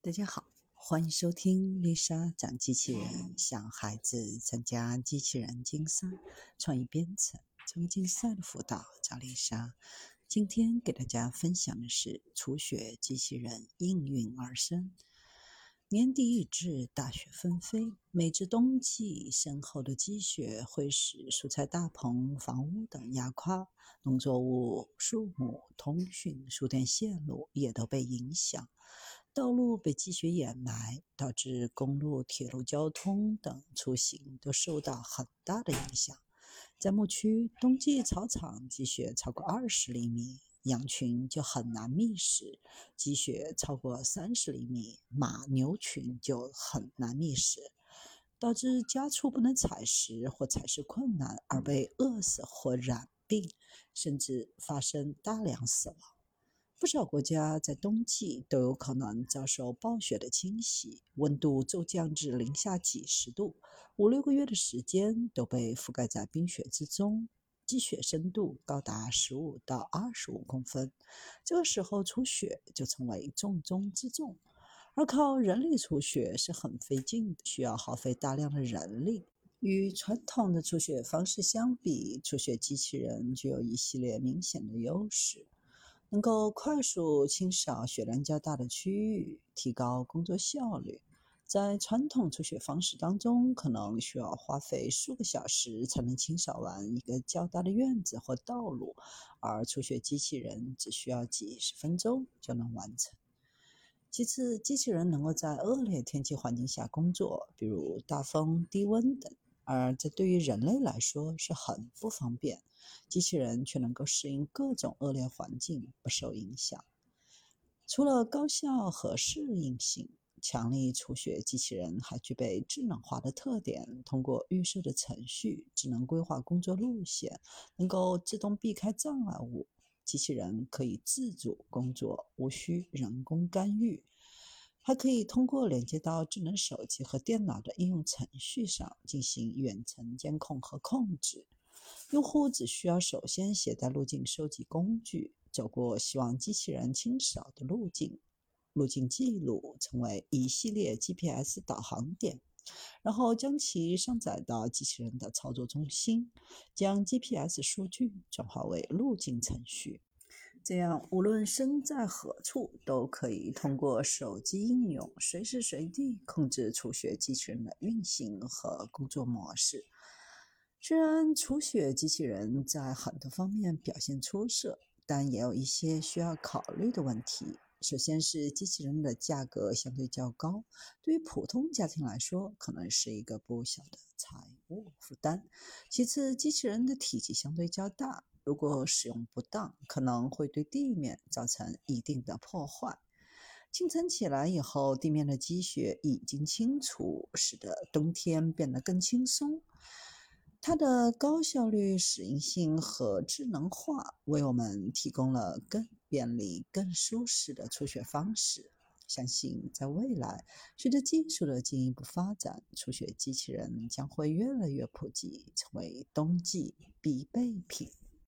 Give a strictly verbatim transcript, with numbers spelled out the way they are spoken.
大家好，欢迎收听丽莎讲机器人，向孩子参加机器人竞赛、创意编程、创意竞赛的辅导，找丽莎。今天给大家分享的是初学机器人应运而生。年底已至，大雪纷飞，每至冬季，深厚的积雪会使蔬菜大棚、房屋等压垮，农作物、树木、通讯、输电线路也都被影响。道路被积雪掩埋，导致公路、铁路交通等出行都受到很大的影响。在牧区，冬季草场积雪超过二十厘米，羊群就很难觅食；积雪超过三十厘米，马牛群就很难觅食，导致家畜不能采食或采食困难而被饿死或染病，甚至发生大量死亡。不少国家在冬季都有可能遭受暴雪的侵袭，温度骤降至零下几十度，五六个月的时间都被覆盖在冰雪之中，积雪深度高达十五到二十五公分。这个时候除雪就成为重中之重，而靠人力除雪是很费劲的，需要耗费大量的人力。与传统的除雪方式相比，除雪机器人具有一系列明显的优势。能够快速清扫雪量较大的区域，提高工作效率。在传统除雪方式当中，可能需要花费数个小时才能清扫完一个较大的院子或道路，而除雪机器人只需要几十分钟就能完成。其次，机器人能够在恶劣天气环境下工作，比如大风、低温等，而这对于人类来说是很不方便。机器人却能够适应各种恶劣环境，不受影响。除了高效和适应性，强力除雪机器人还具备智能化的特点，通过预设的程序，智能规划工作路线，能够自动避开障碍物。机器人可以自主工作，无需人工干预，还可以通过连接到智能手机和电脑的应用程序上进行远程监控和控制。用户只需要首先携带路径收集工具，走过希望机器人清扫的路径，路径记录成为一系列 G P S 导航点，然后将其上载到机器人的操作中心，将 G P S 数据转化为路径程序。这样无论身在何处，都可以通过手机应用随时随地控制除雪机器人的运行和工作模式。虽然除雪机器人在很多方面表现出色，但也有一些需要考虑的问题。首先是机器人的价格相对较高，对于普通家庭来说，可能是一个不小的财务负担。其次，机器人的体积相对较大，如果使用不当，可能会对地面造成一定的破坏。清晨起来以后，地面的积雪已经清除，使得冬天变得更轻松。它的高效率、适应性和智能化为我们提供了更便利、更舒适的除雪方式。相信在未来，随着技术的进一步发展，除雪机器人将会越来越普及，成为冬季必备品。